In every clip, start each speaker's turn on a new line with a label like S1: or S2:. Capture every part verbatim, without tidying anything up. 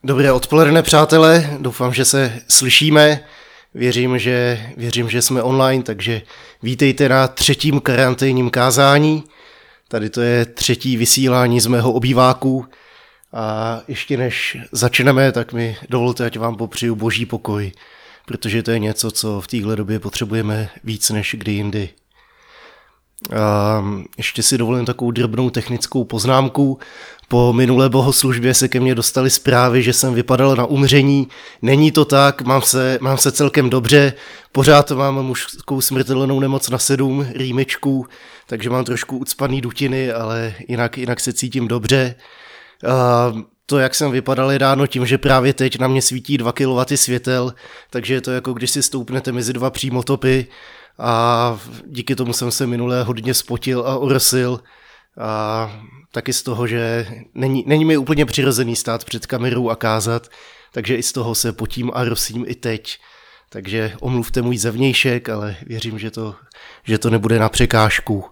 S1: Dobré odpoledne, přátelé, doufám, že se slyšíme, věřím, že, věřím, že jsme online, takže vítejte na třetím karanténním kázání. Tady to je třetí vysílání z mého obýváku a ještě než začneme, tak mi dovolte, ať vám popřeju boží pokoj, protože to je něco, co v téhle době potřebujeme víc než kdy jindy. A ještě si dovolím takovou drobnou technickou poznámku. Po minulé bohoslužbě se ke mně dostaly zprávy, že jsem vypadal na umření. Není to tak, mám se, mám se celkem dobře, pořád mám mužskou smrtelnou nemoc na sedm, rýmičku, takže mám trošku ucpaný dutiny, ale jinak, jinak se cítím dobře. A to, jak jsem vypadal, je dáno tím, že právě teď na mě svítí dva kilowatty světel, takže je to jako když si stoupnete mezi dva přímotopy, a díky tomu jsem se minule hodně spotil a orosil a taky z toho, že není, není mi úplně přirozený stát před kamerou a kázat, takže i z toho se potím a rosím i teď. Takže omluvte můj zevnějšek, ale věřím, že to, že to nebude na překážku.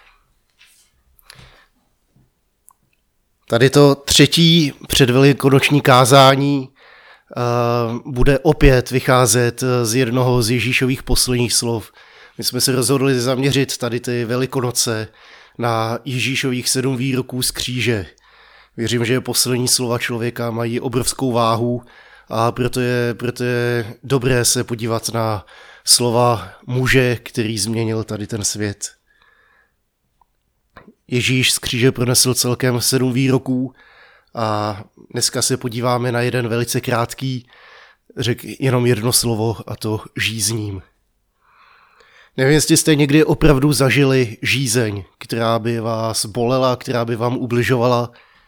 S1: Tady to třetí předvelikonoční kázání uh, bude opět vycházet z jednoho z Ježíšových posledních slov. My jsme se rozhodli zaměřit tady ty Velikonoce na Ježíšových sedm výroků z kříže. Věřím, že poslední slova člověka mají obrovskou váhu a proto je, proto je dobré se podívat na slova muže, který změnil tady ten svět. Ježíš z kříže pronesl celkem sedm výroků a dneska se podíváme na jeden velice krátký, řekl jenom jedno slovo, a to žízním. Nevím, jestli jste někdy opravdu zažili žízeň, která by vás bolela, která by vám ubližovala.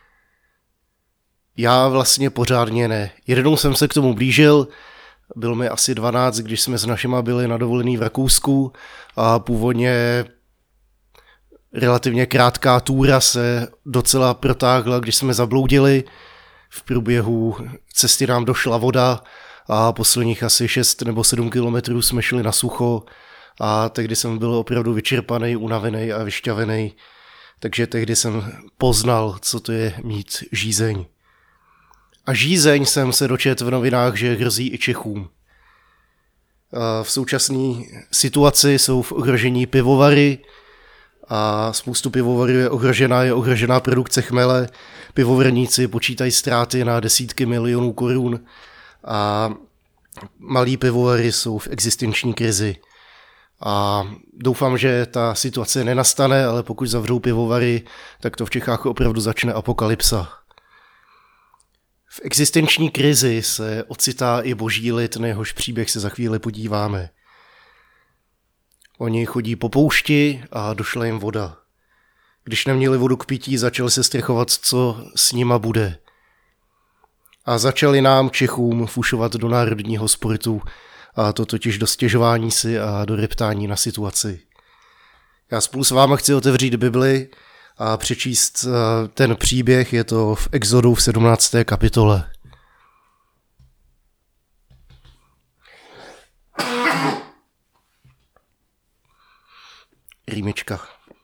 S1: Já vlastně pořádně ne. Jednou jsem se k tomu blížil, bylo mi asi dvanáct, když jsme s našima byli na dovolený v Rakousku a původně relativně krátká túra se docela protáhla, když jsme zabloudili. V průběhu cesty nám došla voda a posledních asi šest nebo sedm kilometrů jsme šli na sucho a tehdy jsem byl opravdu vyčerpaný, unavený a vyšťavený, takže tehdy jsem poznal, co to je mít žízeň. A žízeň jsem se dočetl v novinách, že hrozí i Čechům. A v současné situaci jsou v ohrožení pivovary a spoustu pivovarů je ohrožená, je ohrožená produkce chmele. Pivovarníci počítají ztráty na desítky milionů korun a malí pivovary jsou v existenční krizi. A doufám, že ta situace nenastane, ale pokud zavřou pivovary, tak to v Čechách opravdu začne apokalypsa. V existenční krizi se ocitá i boží lid, na jehož příběh se za chvíli podíváme. Oni chodí po poušti a došla jim voda. Když neměli vodu k pití, začali se strachovat, co s nima bude. A začali nám, Čechům, fušovat do národního sportu, a to totiž do stěžování si a do reptání na situaci. Já spolu s váma chci otevřít Bibli a přečíst ten příběh, je to v Exodu v sedmnácté kapitole. Rýmička.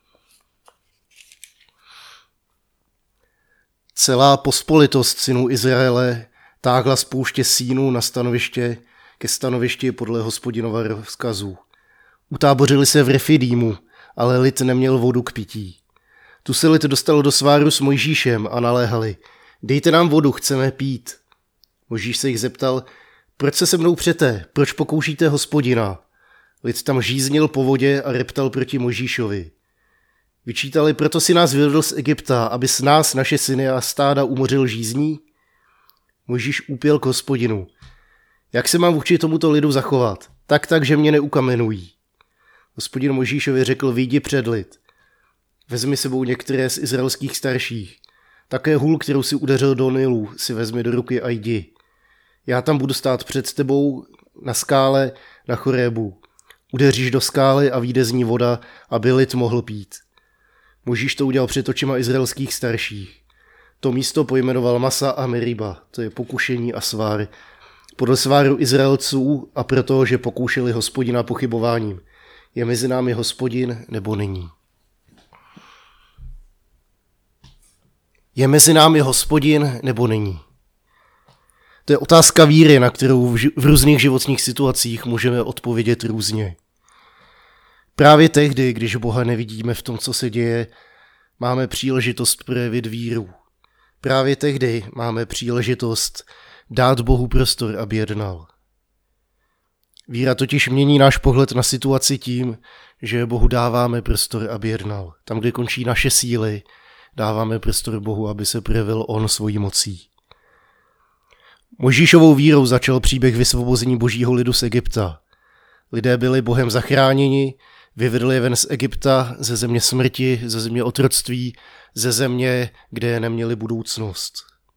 S1: Celá pospolitost synů Izraele táhla z pouště Sínu na stanoviště ke stanovišti podle Hospodinova rozkazů. Utábořili se v Refidímu, ale lid neměl vodu k pití. Tu se lid dostal do sváru s Mojžíšem a naléhali: dejte nám vodu, chceme pít. Mojžíš se jich zeptal: proč se se mnou přete, proč pokoušíte Hospodina? Lid tam žíznil po vodě a reptal proti Mojžíšovi. Vyčítali: proto si nás vyvedl z Egypta, aby s nás naše syny a stáda umořil žízní? Mojžíš úpěl k Hospodinu: jak se mám vůči tomuto lidu zachovat? Tak tak, že mě neukamenují. Hospodin Mojžíšovi řekl: vyjdi před lid. Vezmi sebou některé z izraelských starších. Také hůl, kterou si udeřil do Nilu, si vezmi do ruky a jdi. Já tam budu stát před tebou na skále na Chorébu. Udeříš do skály a vyjde z ní voda, aby lid mohl pít. Mojžíš to udělal před očima izraelských starších. To místo pojmenoval Masa a Meriba, to je pokušení a svár, podle sváru Izraelců a proto, že pokoušeli Hospodina pochybováním. Je mezi námi Hospodin nebo není? Je mezi námi Hospodin nebo není? To je otázka víry, na kterou v, ži- v různých životních situacích můžeme odpovědět různě. Právě tehdy, když Boha nevidíme v tom, co se děje, máme příležitost projevit víru. Právě tehdy máme příležitost dát Bohu prostor, aby jednal. Víra totiž mění náš pohled na situaci tím, že Bohu dáváme prostor, aby jednal. Tam, kde končí naše síly, dáváme prostor Bohu, aby se projevil on svojí mocí. Mojžíšovou vírou začal příběh vysvobození božího lidu z Egypta. Lidé byli Bohem zachráněni, vyvedli je ven z Egypta, ze země smrti, ze země otroctví, ze země, kde neměli budoucnost.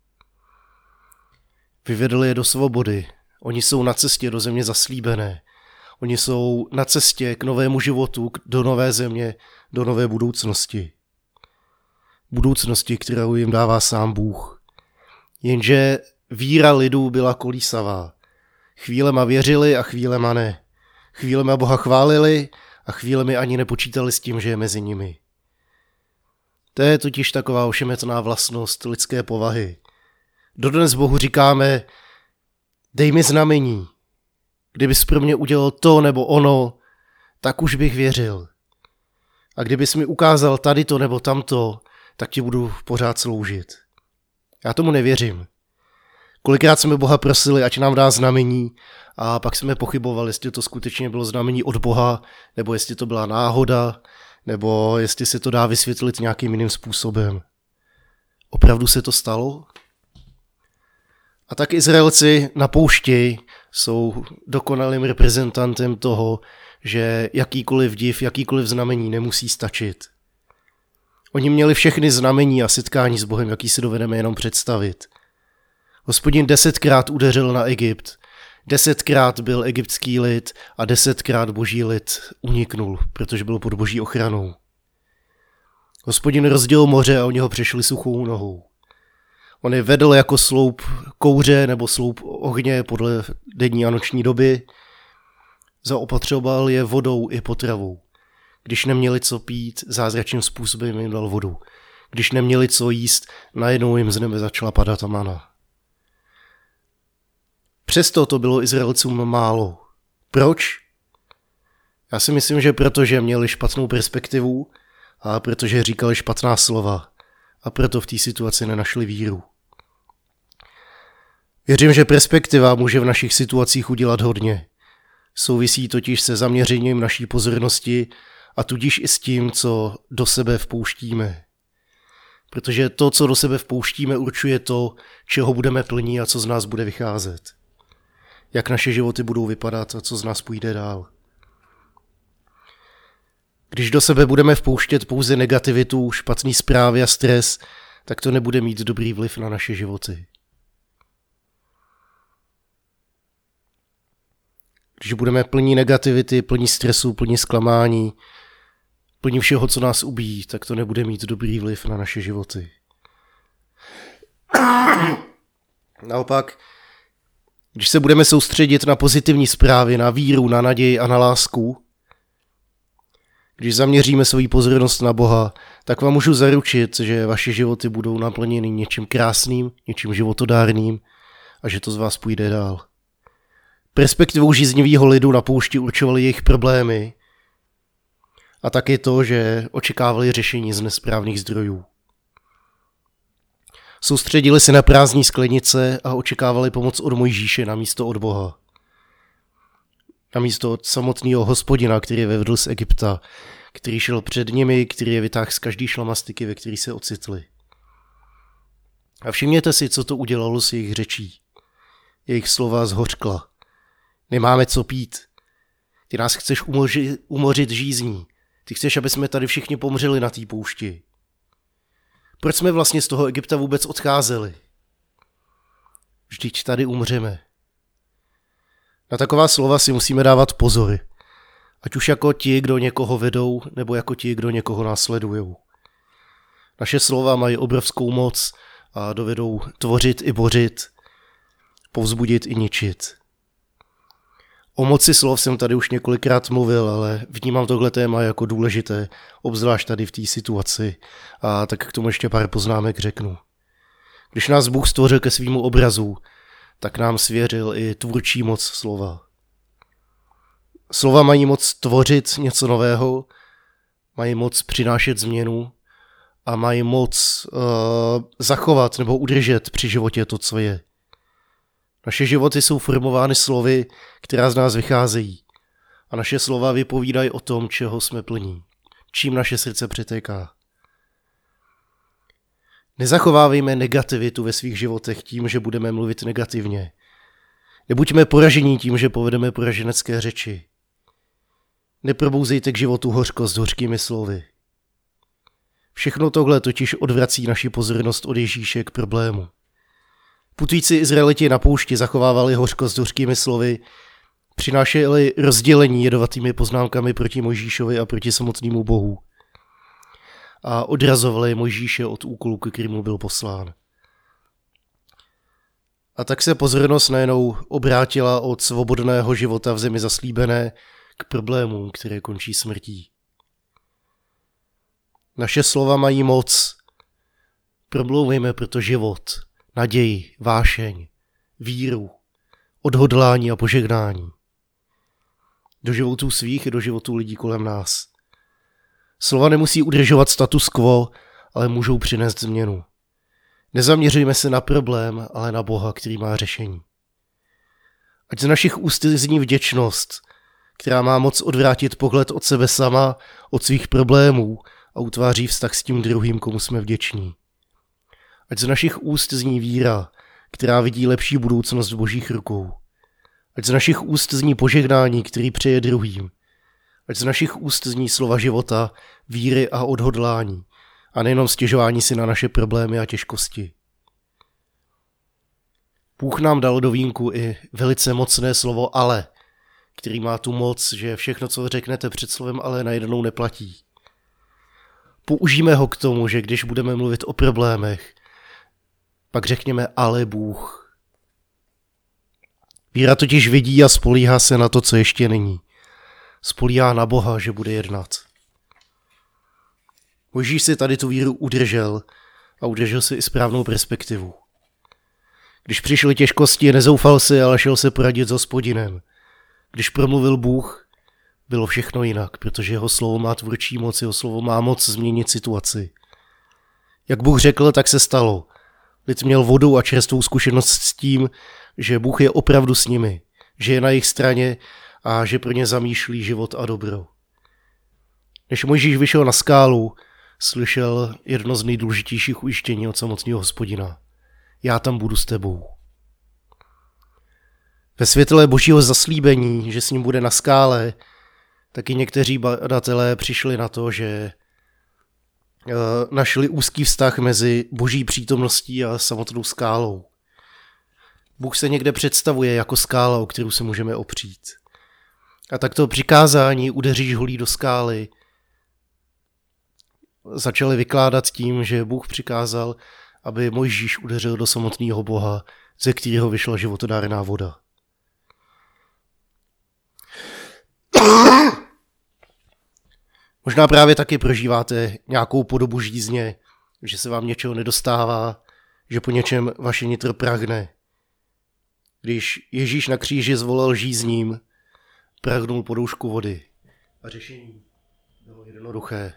S1: Vyvedli je do svobody. Oni jsou na cestě do země zaslíbené. Oni jsou na cestě k novému životu, do nové země, do nové budoucnosti. Budoucnosti, kterou jim dává sám Bůh. Jenže víra lidů byla kolísavá. Chvílema věřili a chvílema ne. Chvílema Boha chválili a chvílemi ani nepočítali s tím, že je mezi nimi. To je totiž taková ošemetná vlastnost lidské povahy. Dodnes Bohu říkáme, dej mi znamení. Kdybys pro mě udělal to nebo ono, tak už bych věřil. A kdybys mi ukázal tady to nebo tamto, tak ti budu pořád sloužit. Já tomu nevěřím. Kolikrát jsme Boha prosili, ať nám dá znamení, a pak jsme pochybovali, jestli to skutečně bylo znamení od Boha, nebo jestli to byla náhoda, nebo jestli se to dá vysvětlit nějakým jiným způsobem. Opravdu se to stalo? A tak Izraelci na poušti jsou dokonalým reprezentantem toho, že jakýkoliv div, jakýkoliv znamení nemusí stačit. Oni měli všechny znamení a setkání s Bohem, jaký si dovedeme jenom představit. Hospodin desetkrát udeřil na Egypt, desetkrát byl egyptský lid a desetkrát boží lid uniknul, protože byl pod boží ochranou. Hospodin rozdělil moře a oni ho přešli suchou nohou. On je vedl jako sloup kouře nebo sloup ohně podle denní a noční doby. Zaopatřoval je vodou i potravou. Když neměli co pít, zázračným způsobem jim dal vodu. Když neměli co jíst, najednou jim z nebe začala padat mana. Přesto to bylo Izraelcům málo. Proč? Já si myslím, že protože měli špatnou perspektivu a protože říkali špatná slova a proto v té situaci nenašli víru. Věřím, že perspektiva může v našich situacích udělat hodně. Souvisí totiž se zaměřením naší pozornosti a tudíž i s tím, co do sebe vpouštíme. Protože to, co do sebe vpouštíme, určuje to, čeho budeme plní a co z nás bude vycházet. Jak naše životy budou vypadat a co z nás půjde dál. Když do sebe budeme vpouštět pouze negativitu, špatný zprávy a stres, tak to nebude mít dobrý vliv na naše životy. Když budeme plní negativity, plní stresu, plní zklamání, plní všeho, co nás ubíjí, tak to nebude mít dobrý vliv na naše životy. Naopak, když se budeme soustředit na pozitivní zprávy, na víru, na naději a na lásku, když zaměříme svou pozornost na Boha, tak vám můžu zaručit, že vaše životy budou naplněny něčím krásným, něčím životodárným a že to z vás půjde dál. Perspektivou žíznivého lidu na poušti určovali jejich problémy a taky to, že očekávali řešení z nesprávných zdrojů. Soustředili se na prázdní sklenice a očekávali pomoc od Mojžíše na místo od Boha. Na místo od samotného Hospodina, který je vyvedl z Egypta, který šel před nimi, který je vytáhl z každé šlamastiky, ve které se ocitli. A všimněte si, co to udělalo s jejich řečí. Jejich slova zhořkla. Nemáme co pít. Ty nás chceš umořit, umořit žízní. Ty chceš, aby jsme tady všichni pomřeli na té poušti. Proč jsme vlastně z toho Egypta vůbec odcházeli? Vždyť tady umřeme. Na taková slova si musíme dávat pozor. Ať už jako ti, kdo někoho vedou, nebo jako ti, kdo někoho následujou. Naše slova mají obrovskou moc a dovedou tvořit i bořit, povzbudit i ničit. O moci slov jsem tady už několikrát mluvil, ale vnímám tohle téma jako důležité, obzvlášť tady v té situaci, a tak k tomu ještě pár poznámek řeknu. Když nás Bůh stvořil ke svýmu obrazu, tak nám svěřil i tvůrčí moc slova. Slova mají moc tvořit něco nového, mají moc přinášet změnu a mají moc uh, zachovat nebo udržet při životě to, co je. Naše životy jsou formovány slovy, která z nás vycházejí. A naše slova vypovídají o tom, čeho jsme plní, čím naše srdce přetéká. Nezachovávejme negativitu ve svých životech tím, že budeme mluvit negativně. Nebuďme poražení tím, že povedeme poraženecké řeči. Neprobouzejte k životu hořkost hořkými slovy. Všechno tohle totiž odvrací naši pozornost od Ježíše k problému. Putující Izraeliti na poušti zachovávali hořkost hořkými slovy, přinášeli rozdělení jedovatými poznámkami proti Mojžíšovi a proti samotnému Bohu a odrazovali Mojžíše od úkolu, k kterému byl poslán. A tak se pozornost najednou obrátila od svobodného života v zemi zaslíbené k problémům, které končí smrtí. Naše slova mají moc. Promlouvejme proto život, naději, vášeň, víru, odhodlání a požehnání. Do životů svých i do životů lidí kolem nás. Slova nemusí udržovat status quo, ale můžou přinést změnu. Nezaměřujme se na problém, ale na Boha, který má řešení. Ať z našich úst zní vděčnost, která má moc odvrátit pohled od sebe sama, od svých problémů a utváří vztah s tím druhým, komu jsme vděční. Ať z našich úst zní víra, která vidí lepší budoucnost v Božích rukou. Ať z našich úst zní požehnání, který přeje druhým. Ať z našich úst zní slova života, víry a odhodlání, a nejenom stěžování si na naše problémy a těžkosti. Bůh nám dal do vínku i velice mocné slovo ale, který má tu moc, že všechno, co řeknete před slovem ale, najednou neplatí. Použijeme ho k tomu, že když budeme mluvit o problémech, pak řekněme ale Bůh. Víra totiž vidí a spolíhá se na to, co ještě není. Spolíhá na Boha, že bude jednat. Mojžíš si tady tu víru udržel a udržel si i správnou perspektivu. Když přišly těžkosti, nezoufal si, ale šel se poradit s Hospodinem. Když promluvil Bůh, bylo všechno jinak, protože jeho slovo má tvůrčí moc, jeho slovo má moc změnit situaci. Jak Bůh řekl, tak se stalo. Lid měl vodu a čerstvou zkušenost s tím, že Bůh je opravdu s nimi, že je na jejich straně a že pro ně zamýšlí život a dobro. Než Mojžíš vyšel na skálu, slyšel jedno z nejdůležitějších ujištění od samotného Hospodina. Já tam budu s tebou. Ve světle Božího zaslíbení, že s ním bude na skále, taky někteří badatelé přišli na to, že našli úzký vztah mezi Boží přítomností a samotnou skálou. Bůh se někde představuje jako skála, o kterou se můžeme opřít. A tak to přikázání udeříš holí do skály začali vykládat tím, že Bůh přikázal, aby Mojžíš udeřil do samotného Boha, ze kterého vyšla životodárná voda. Možná právě taky prožíváte nějakou podobu žízně, že se vám něčeho nedostává, že po něčem vaše nitro prahne. Když Ježíš na kříži zvolal žízním, prahnul po doušku vody. A řešení bylo jednoduché.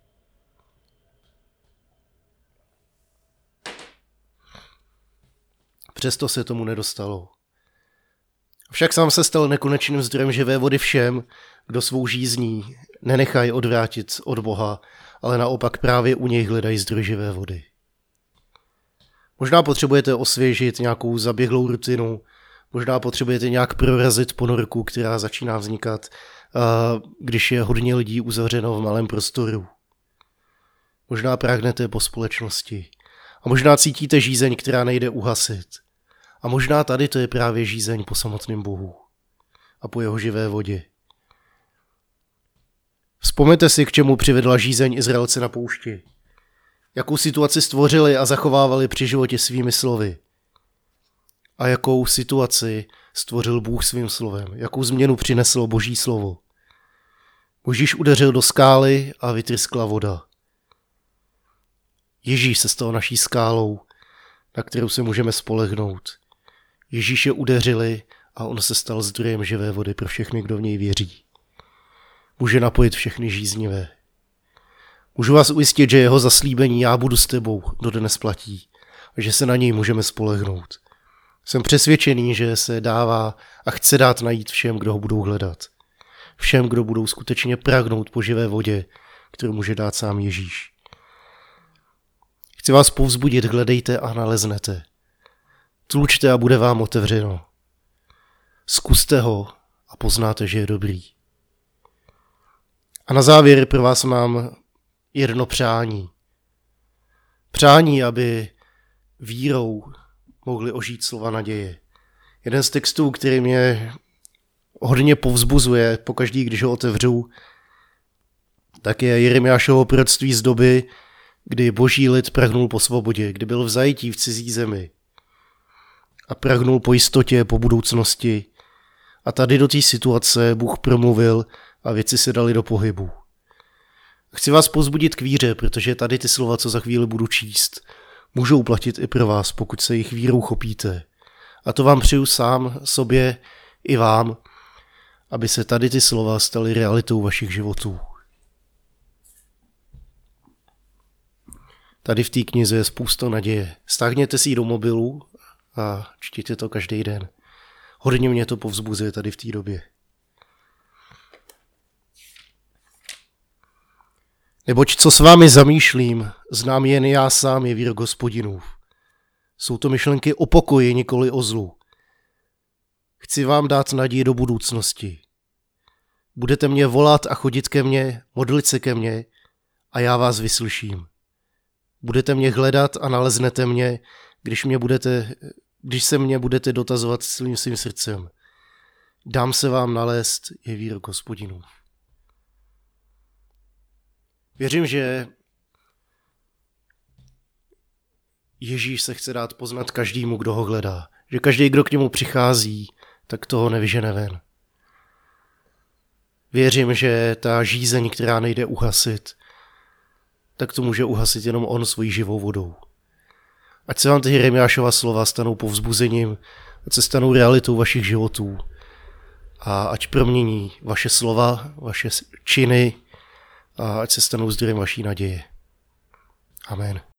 S1: Přesto se tomu nedostalo. Však sám se stal nekonečným zdrojem živé vody všem, kdo svou žízní nenechají odvrátit od Boha, ale naopak právě u něj hledají zdroj živé vody. Možná potřebujete osvěžit nějakou zaběhlou rutinu, možná potřebujete nějak prorazit ponorku, která začíná vznikat, když je hodně lidí uzavřeno v malém prostoru. Možná prágnete po společnosti a možná cítíte žízeň, která nejde uhasit. A možná tady to je právě žízeň po samotném Bohu a po jeho živé vodě. Vzpomeňte si, k čemu přivedla žízeň Izraelce na poušti. Jakou situaci stvořili a zachovávali při životě svými slovy. A jakou situaci stvořil Bůh svým slovem. Jakou změnu přineslo Boží slovo. Mojžíš udeřil do skály a vytryskla voda. Ježíš se stal naší skálou, na kterou se můžeme spolehnout. Ježíše udeřili a on se stal zdrojem živé vody pro všechny, kdo v něj věří. Může napojit všechny žíznivé. Můžu vás ujistit, že jeho zaslíbení já budu s tebou dodnes platí a že se na něj můžeme spolehnout. Jsem přesvědčený, že se dává a chce dát najít všem, kdo ho budou hledat. Všem, kdo budou skutečně pragnout po živé vodě, kterou může dát sám Ježíš. Chci vás povzbudit, hledejte a naleznete. Tlučte a bude vám otevřeno. Zkuste ho a poznáte, že je dobrý. A na závěr pro vás mám jedno přání. Přání, aby vírou mohli ožít slova naděje. Jeden z textů, který mě hodně povzbuzuje pokaždý, když ho otevřu, tak je Jeremiášovo proroctví z doby, kdy boží lid prahnul po svobodě, kdy byl v zajetí v cizí zemi a prahnul po jistotě, po budoucnosti. A tady do té situace Bůh promluvil a věci se daly do pohybu. Chci vás povzbudit k víře, protože tady ty slova, co za chvíli budu číst, můžou platit i pro vás, pokud se jich vírou chopíte. A to vám přeju sám, sobě i vám, aby se tady ty slova staly realitou vašich životů. Tady v té knize je spousta naděje. Stáhněte si ji do mobilu a čtěte to každý den. Hodně mě to povzbuzuje tady v té době. Neboť co s vámi zamýšlím, znám jen já sám, je výrok Hospodinův. Jsou to myšlenky o pokoji, nikoli o zlu. Chci vám dát naději do budoucnosti. Budete mě volat a chodit ke mně, modlit se ke mně a já vás vyslyším. Budete mě hledat a naleznete mě, když, mě budete, když se mě budete dotazovat celým svým srdcem. Dám se vám nalézt, je výrok Hospodinův. Věřím, že Ježíš se chce dát poznat každému, kdo ho hledá. Že každý, kdo k němu přichází, tak toho nevyžene ven. Věřím, že ta žízeň, která nejde uhasit, tak to může uhasit jenom on svojí živou vodou. Ať se vám ty Jeremiášova slova stanou povzbuzením, ať se stanou realitou vašich životů a ať promění vaše slova, vaše činy a ať se stanou zdrojem vaší naděje. Amen.